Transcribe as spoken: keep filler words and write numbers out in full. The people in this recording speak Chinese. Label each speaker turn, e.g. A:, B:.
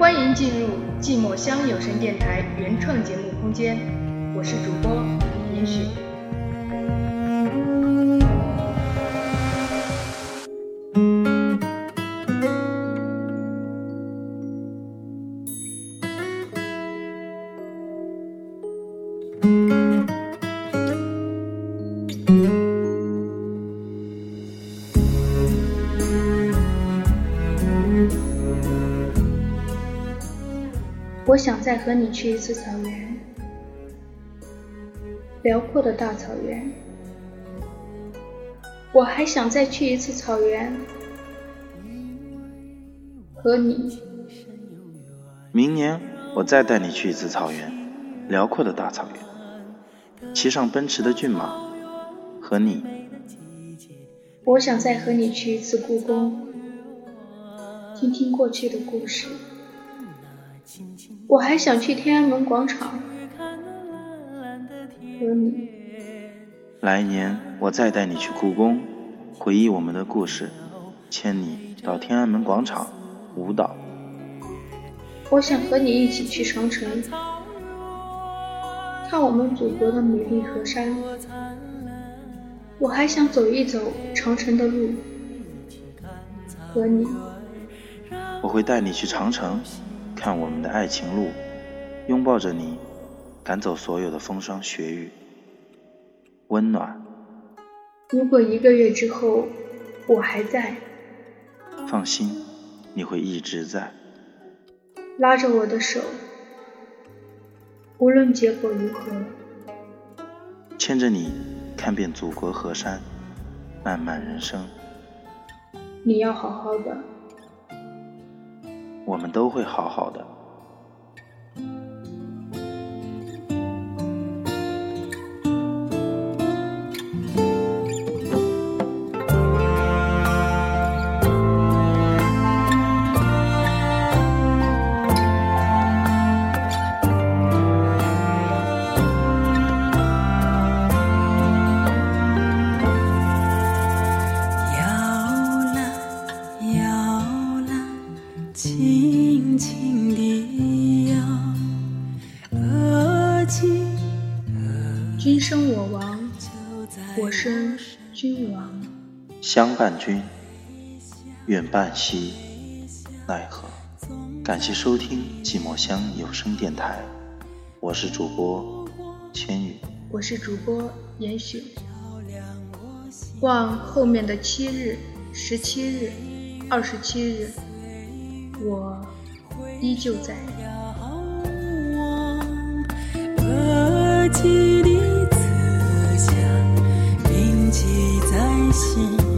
A: 欢迎进入寂寞乡有声电台原创节目空间，我是主播严许。我想再和你去一次草原，辽阔的大草原。我还想再去一次草原，和你。
B: 明年我再带你去一次草原，辽阔的大草原，骑上奔驰的骏马，和你。
A: 我想再和你去一次故宫，听听过去的故事。我还想去天安门广场，和你。
B: 来年我再带你去故宫，回忆我们的故事，牵你到天安门广场舞蹈。
A: 我想和你一起去长城，看我们祖国的美丽河山。我还想走一走长城的路，和你。
B: 我会带你去长城，看我们的爱情路，拥抱着你，赶走所有的风霜雪雨，温暖。
A: 如果一个月之后我还在，
B: 放心，你会一直在。
A: 拉着我的手，无论结果如何，
B: 牵着你看遍祖国河山，漫漫人生。
A: 你要好好的，
B: 我们都会好好的。
C: 轻轻地摇，额际
A: 君生我亡，我生君亡。
B: 相伴君，愿伴兮，奈何。感谢收听寂寞乡有声电台，我是主播千羽，
A: 我是主播严许。望后面的七日、十七日、二十七日，我依旧在。
C: 额际的慈祥铭记在心。